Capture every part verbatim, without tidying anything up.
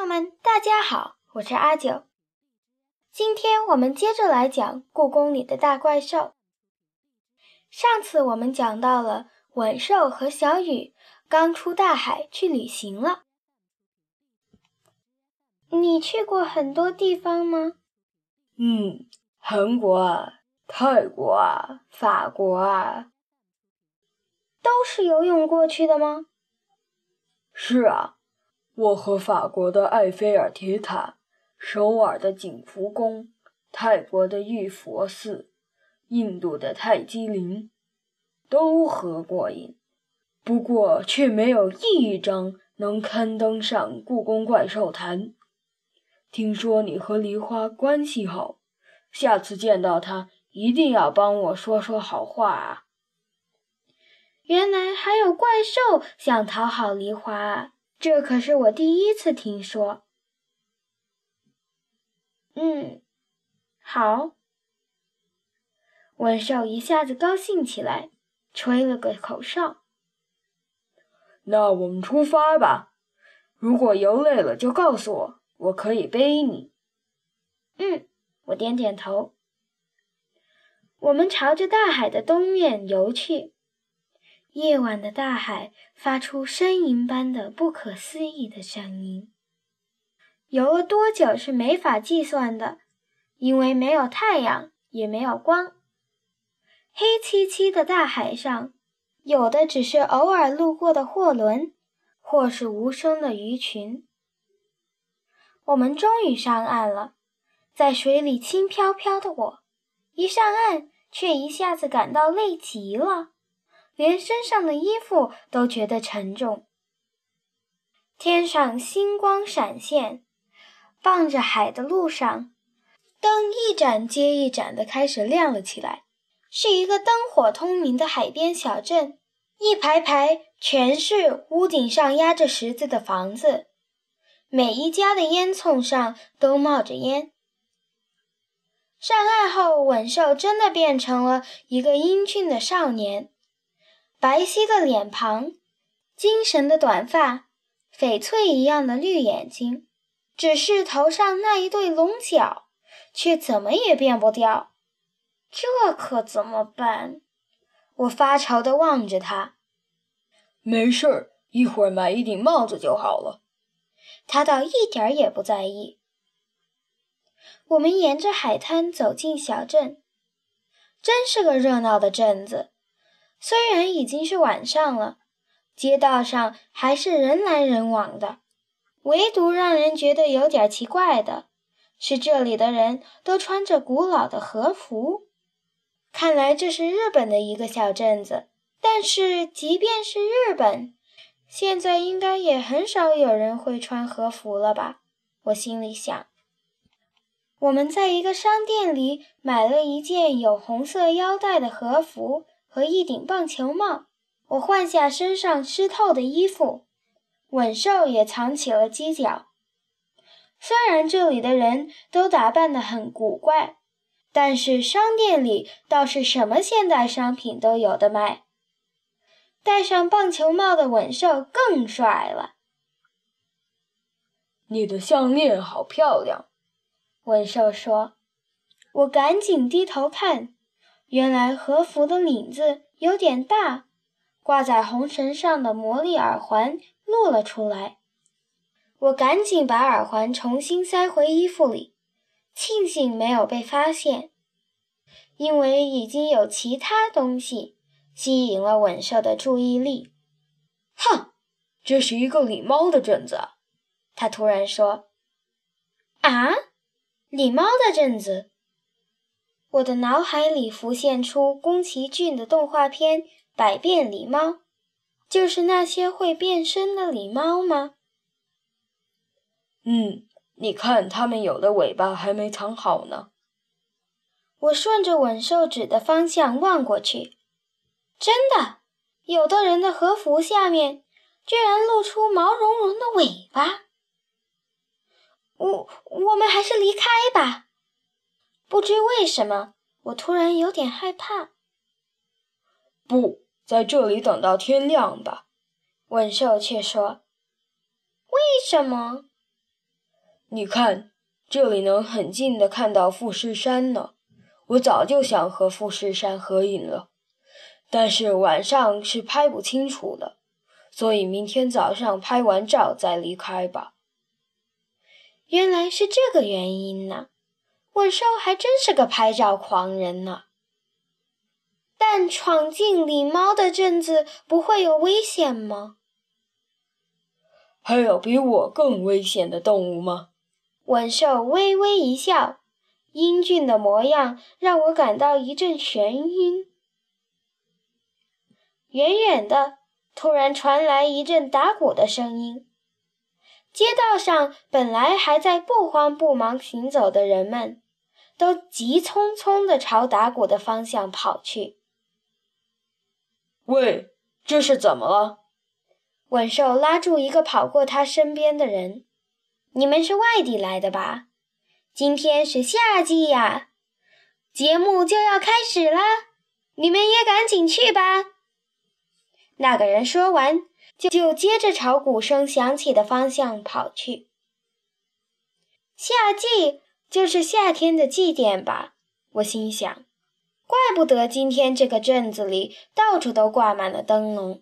友们，大家好，我是阿九。今天我们接着来讲故宫里的大怪兽。上次我们讲到了吻兽和小雨刚出大海去旅行了。你去过很多地方吗？ 嗯，韩国啊，泰国啊，法国啊。 都是游泳过去的吗？ 是啊，我和法国的埃菲尔铁塔、首尔的景福宫、泰国的玉佛寺、印度的泰姬陵都喝过瘾，不过却没有一张能刊登上故宫怪兽坛。听说你和梨花关系好，下次见到她一定要帮我说说好话啊。 原来还有怪兽想讨好梨花啊，这可是我第一次听说。嗯，好。吻兽一下子高兴起来，吹了个口哨。 那我们出发吧，如果游累了就告诉我，我可以背你。 嗯，我点点头。我们朝着大海的东面游去。夜晚的大海发出呻吟般的不可思议的声音。游了多久是没法计算的，因为没有太阳，也没有光。黑漆漆的大海上，有的只是偶尔路过的货轮，或是无声的鱼群。我们终于上岸了，在水里轻飘飘的我，一上岸却一下子感到累极了。连身上的衣服都觉得沉重。天上星光闪现，傍着海的路上，灯一盏接一盏地开始亮了起来。是一个灯火通明的海边小镇，一排排全是屋顶上压着石子的房子，每一家的烟囱上都冒着烟。上岸后，吻兽真的变成了一个英俊的少年。白皙的脸庞，精神的短发，翡翠一样的绿眼睛，只是头上那一对龙角，却怎么也变不掉。这可怎么办？我发愁地望着他。 没事儿，一会儿买一顶帽子就好了。 他倒一点也不在意。我们沿着海滩走进小镇，真是个热闹的镇子。虽然已经是晚上了，街道上还是人来人往的，唯独让人觉得有点奇怪的是，这里的人都穿着古老的和服。看来这是日本的一个小镇子，但是即便是日本，现在应该也很少有人会穿和服了吧，我心里想。我们在一个商店里买了一件有红色腰带的和服和一顶棒球帽，我换下身上湿透的衣服，吻兽也藏起了犄角。虽然这里的人都打扮得很古怪，但是商店里倒是什么现代商品都有的卖。戴上棒球帽的吻兽更帅了。 你的项链好漂亮， 吻兽说。我赶紧低头看，原来和服的领子有点大，挂在红绳上的魔力耳环露了出来。我赶紧把耳环重新塞回衣服里，庆幸没有被发现，因为已经有其他东西吸引了吻兽的注意力。 哼，这是一个礼貌的镇子， 他突然说。啊，礼貌的镇子？我的脑海里浮现出宫崎骏的动画片《百变狸猫》，就是那些会变身的狸猫吗？ 嗯，你看它们有的尾巴还没藏好呢。 我顺着吻兽指的方向望过去，真的，有的人的和服下面居然露出毛茸茸的尾巴。我我们还是离开吧。不知为什么，我突然有点害怕。 不，在这里等到天亮吧。 吻兽却说。为什么？ 你看，这里能很近的看到富士山呢。我早就想和富士山合影了，但是晚上是拍不清楚的，所以明天早上拍完照再离开吧。 原来是这个原因呢，稳寿还真是个拍照狂人呢。但闯进狸猫的镇子不会有危险吗？ 还有比我更危险的动物吗？ 稳寿微微一笑，英俊的模样让我感到一阵眩晕。远远的，突然传来一阵打鼓的声音。街道上本来还在不慌不忙行走的人们，都急匆匆地朝打鼓的方向跑去。 喂，这是怎么了？ 稳寿拉住一个跑过他身边的人。你们是外地来的吧？今天是夏季呀，节目就要开始啦，你们也赶紧去吧。那个人说完，就接着朝鼓声响起的方向跑去。夏季就是夏天的祭典吧？我心想，怪不得今天这个镇子里到处都挂满了灯笼。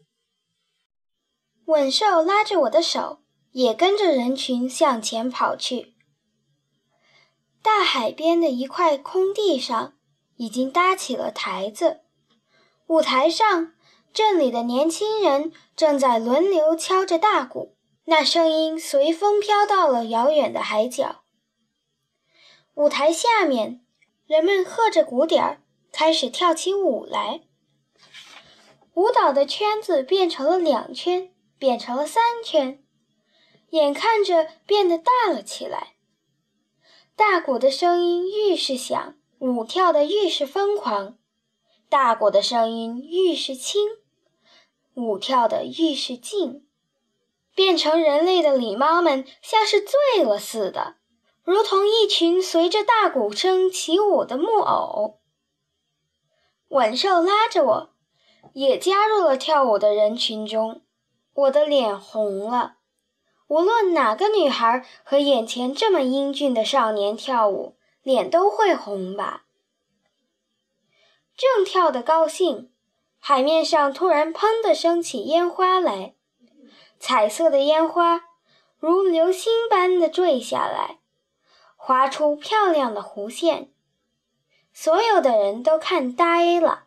稳寿拉着我的手，也跟着人群向前跑去。大海边的一块空地上已经搭起了台子，舞台上镇里的年轻人正在轮流敲着大鼓，那声音随风飘到了遥远的海角。舞台下面，人们和着鼓点儿开始跳起舞来，舞蹈的圈子变成了两圈，变成了三圈，眼看着变得大了起来。大鼓的声音愈是响，舞跳得愈是疯狂；大鼓的声音愈是轻，舞跳得愈是静。变成人类的狸猫们像是醉了似的，如同一群随着大鼓声起舞的木偶。稳寿拉着我，也加入了跳舞的人群中。我的脸红了。无论哪个女孩和眼前这么英俊的少年跳舞，脸都会红吧。正跳得高兴，海面上突然砰地升起烟花来，彩色的烟花如流星般地坠下来，划出漂亮的弧线。所有的人都看呆了。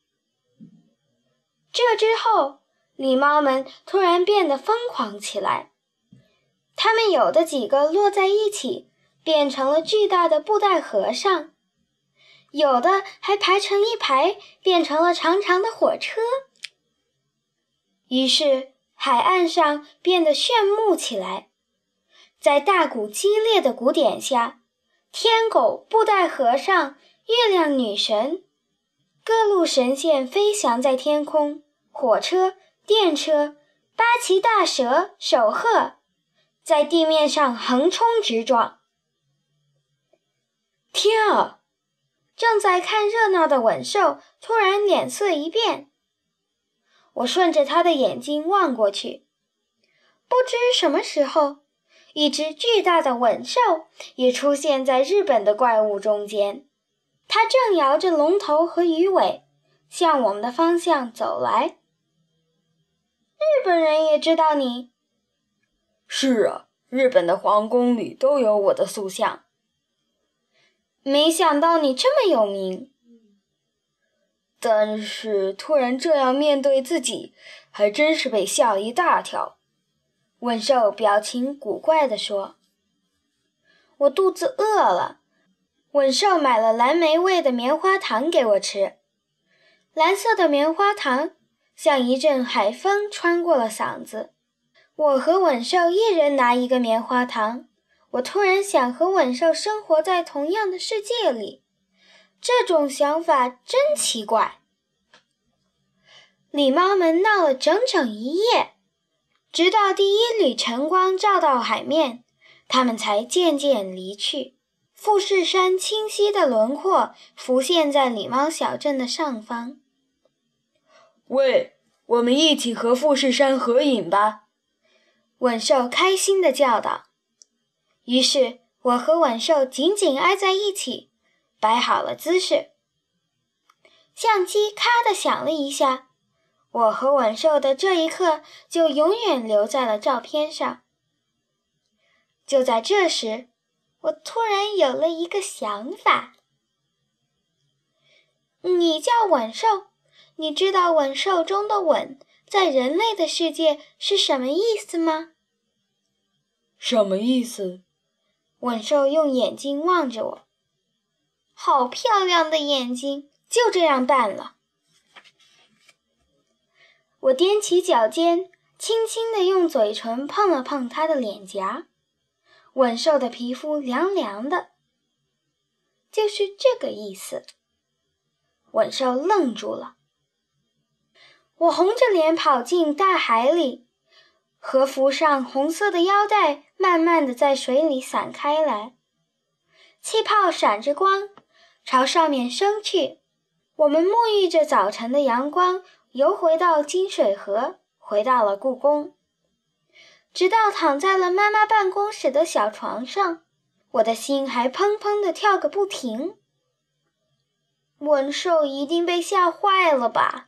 这之后，狸猫们突然变得疯狂起来。它们有的几个摞在一起，变成了巨大的布袋和尚；有的还排成一排，变成了长长的火车。于是，海岸上变得炫目起来。在大鼓激烈的鼓点下，天狗、布袋和尚、月亮女神，各路神仙飞翔在天空，火车、电车、八岐大蛇、守鹤在地面上横冲直撞。天啊！正在看热闹的稳寿突然脸色一变。我顺着他的眼睛望过去，不知什么时候，一只巨大的稳寿也出现在日本的怪物中间。它正摇着龙头和鱼尾，向我们的方向走来。日本人也知道你？ 是啊，日本的皇宫里都有我的塑像。 没想到你这么有名。 但是突然这样面对自己，还真是被吓一大跳。 稳寿表情古怪地说。我肚子饿了，稳寿买了蓝莓味的棉花糖给我吃。蓝色的棉花糖像一阵海风穿过了嗓子。我和稳寿一人拿一个棉花糖，我突然想和稳寿生活在同样的世界里，这种想法真奇怪。狸猫们闹了整整一夜，直到第一缕晨光照到海面，它们才渐渐离去。富士山清晰的轮廓浮现在狸猫小镇的上方。 喂，我们一起和富士山合影吧！ 稳寿开心地叫道。 于是我和吻兽紧紧挨在一起，摆好了姿势。相机咔地响了一下，我和吻兽的这一刻就永远留在了照片上。就在这时，我突然有了一个想法。你叫吻兽，你知道吻兽中的吻在人类的世界是什么意思吗？ 什么意思？ 吻兽用眼睛望着我。好漂亮的眼睛，就这样办了。我踮起脚尖，轻轻地用嘴唇碰了碰它的脸颊。吻兽的皮肤凉凉的，就是这个意思。吻兽愣住了。我红着脸跑进大海里，和服上红色的腰带慢慢地在水里散开来，气泡闪着光，朝上面升去。我们沐浴着早晨的阳光，游回到金水河，回到了故宫。直到躺在了妈妈办公室的小床上，我的心还砰砰地跳个不停。吻兽一定被吓坏了吧？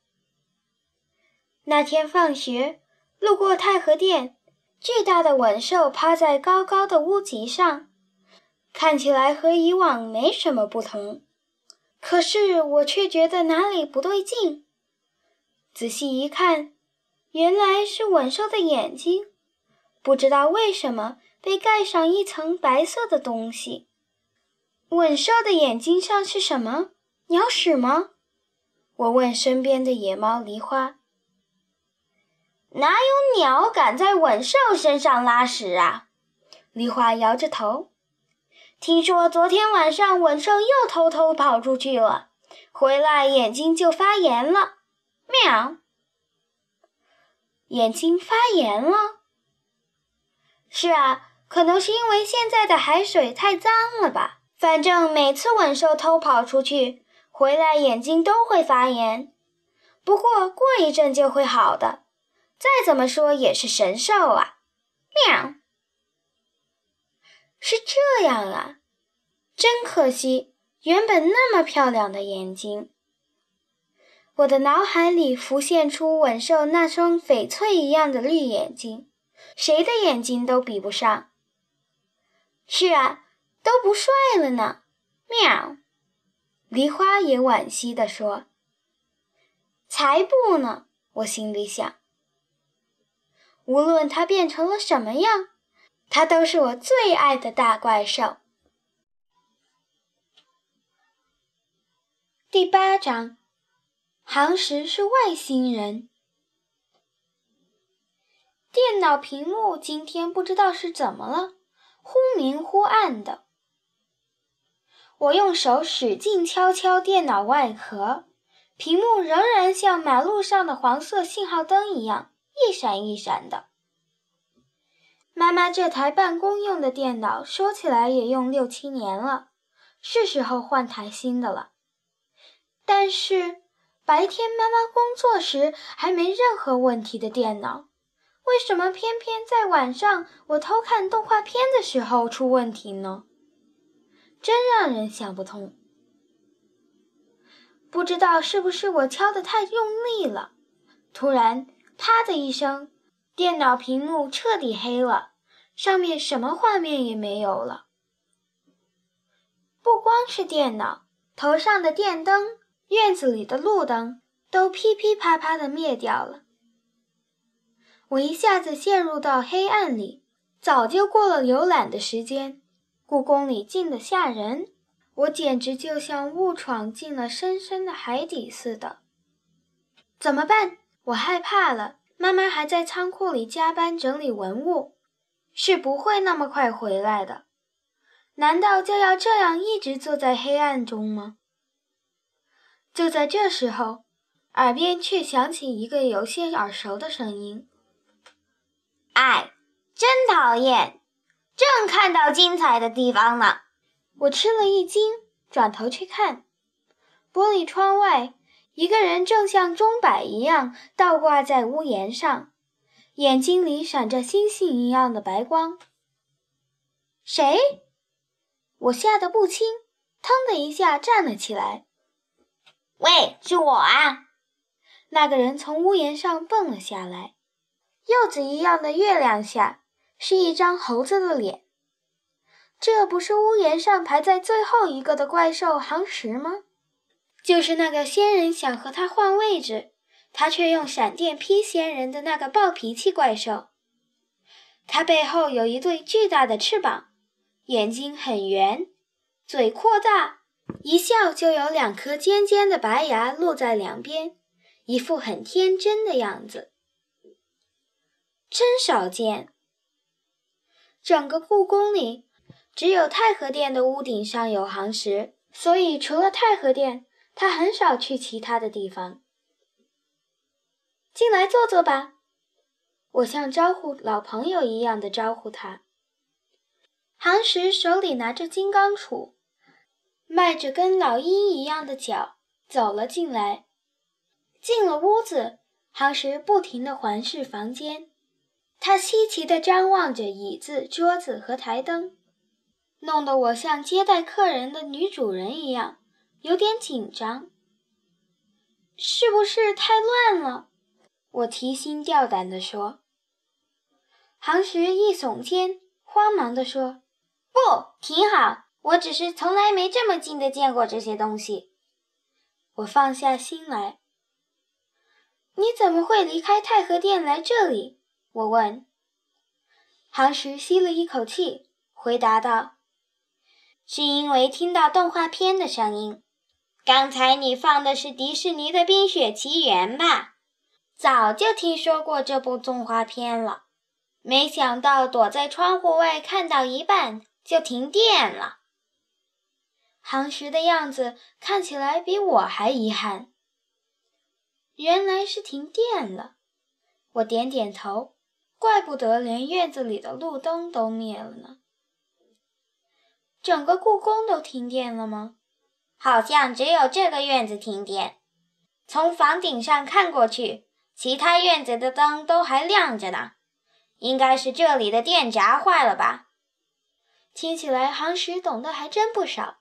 那天放学，路过太和殿，巨大的吻兽趴在高高的屋脊上，看起来和以往没什么不同。可是我却觉得哪里不对劲。仔细一看，原来是吻兽的眼睛，不知道为什么被盖上一层白色的东西。吻兽的眼睛上是什么？鸟屎吗？我问身边的野猫梨花。哪有鸟敢在吻兽身上拉屎啊？梨花摇着头。听说昨天晚上吻兽又偷偷跑出去了，回来眼睛就发炎了。喵！眼睛发炎了？是啊，可能是因为现在的海水太脏了吧。反正每次吻兽偷跑出去，回来眼睛都会发炎。不过过一阵就会好的，再怎么说也是神兽啊。喵！是这样啊，真可惜，原本那么漂亮的眼睛。我的脑海里浮现出吻兽那双翡翠一样的绿眼睛，谁的眼睛都比不上。是啊，都不帅了呢。喵！梨花也惋惜地说。才不呢，我心里想。无论它变成了什么样，它都是我最爱的大怪兽。第八章，杭石是外星人。电脑屏幕今天不知道是怎么了，忽明忽暗的。我用手使劲敲敲电脑外壳，屏幕仍然像马路上的黄色信号灯一样一闪一闪的。妈妈这台办公用的电脑说起来也用六七年了，是时候换台新的了。但是白天妈妈工作时还没任何问题的电脑，为什么偏偏在晚上我偷看动画片的时候出问题呢？真让人想不通。不知道是不是我敲得太用力了，突然啪的一声，电脑屏幕彻底黑了，上面什么画面也没有了。不光是电脑，头上的电灯，院子里的路灯都噼噼啪啪地灭掉了。我一下子陷入到黑暗里，早就过了浏览的时间。故宫里静得吓人，我简直就像误闯进了深深的海底似的。怎么办？我害怕了。妈妈还在仓库里加班整理文物，是不会那么快回来的。难道就要这样一直坐在黑暗中吗？就在这时候，耳边却响起一个有些耳熟的声音。哎，真讨厌，正看到精彩的地方呢。我吃了一惊，转头去看，玻璃窗外，一个人正像钟摆一样倒挂在屋檐上，眼睛里闪着星星一样的白光。 谁？我吓得不轻，腾的一下站了起来。 喂，是我啊！ 那个人从屋檐上蹦了下来，柚子一样的月亮下是一张猴子的脸。这不是屋檐上排在最后一个的怪兽行石吗？就是那个仙人想和他换位置，他却用闪电劈仙人的那个暴脾气怪兽。他背后有一对巨大的翅膀，眼睛很圆，嘴扩大，一笑就有两颗尖尖的白牙露在两边，一副很天真的样子。真少见。整个故宫里只有太和殿的屋顶上有行石，所以除了太和殿，他很少去其他的地方。进来坐坐吧，我像招呼老朋友一样的招呼他。行石手里拿着金刚杵，迈着跟老鹰一样的脚走了进来。进了屋子，行石不停地环视房间，他稀奇地张望着椅子、桌子和台灯，弄得我像接待客人的女主人一样，有点紧张。是不是太乱了？我提心吊胆地说。行石一耸肩，慌忙地说：不，挺好，我只是从来没这么近的见过这些东西。我放下心来。你怎么会离开太和殿来这里？我问。行石吸了一口气，回答道：是因为听到动画片的声音。刚才你放的是迪士尼的《冰雪奇缘》吧？早就听说过这部动画片了，没想到躲在窗户外看到一半就停电了。行石的样子看起来比我还遗憾。原来是停电了。我点点头，怪不得连院子里的路灯都灭了呢。整个故宫都停电了吗？好像只有这个院子停电。从房顶上看过去，其他院子的灯都还亮着呢，应该是这里的电闸坏了吧？听起来行石懂得还真不少。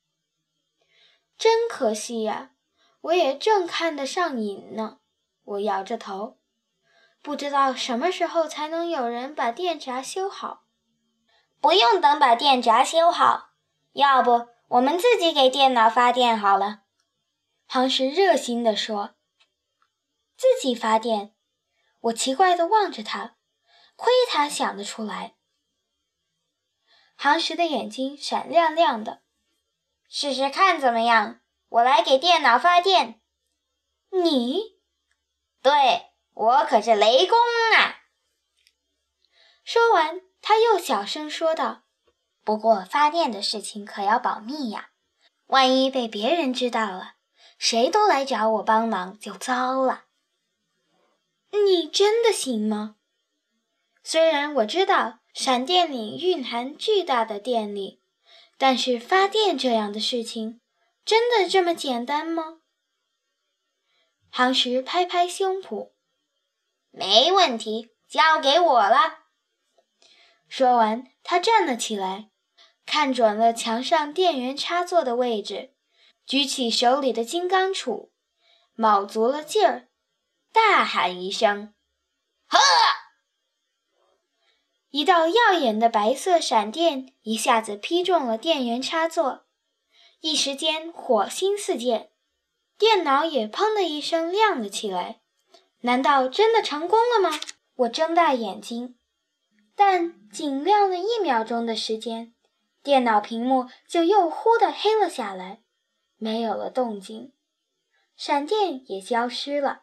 真可惜呀，我也正看得上瘾呢。我摇着头，不知道什么时候才能有人把电闸修好。不用等把电闸修好，要不我们自己给电脑发电好了。行石热心地说。自己发电？我奇怪地望着他，亏他想得出来。行石的眼睛闪亮亮的。试试看怎么样？我来给电脑发电。你？对，我可是雷公啊！说完，他又小声说道：不过发电的事情可要保密呀，万一被别人知道了，谁都来找我帮忙就糟了。你真的行吗？虽然我知道闪电里蕴含巨大的电力，但是发电这样的事情，真的这么简单吗？行石拍拍胸脯，没问题，交给我了。说完，他站了起来，看准了墙上电源插座的位置，举起手里的金刚杵，卯足了劲儿，大喊一声：呵！一道耀眼的白色闪电一下子劈中了电源插座，一时间火星四溅，电脑也砰的一声亮了起来。难道真的成功了吗？我睁大眼睛，但仅亮了一秒钟的时间，电脑屏幕就又忽地黑了下来，没有了动静，闪电也消失了。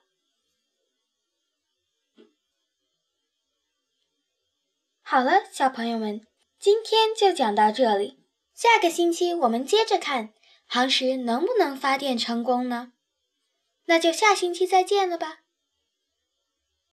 好了，小朋友们，今天就讲到这里，下个星期我们接着看行石能不能发电成功呢？那就下星期再见了吧。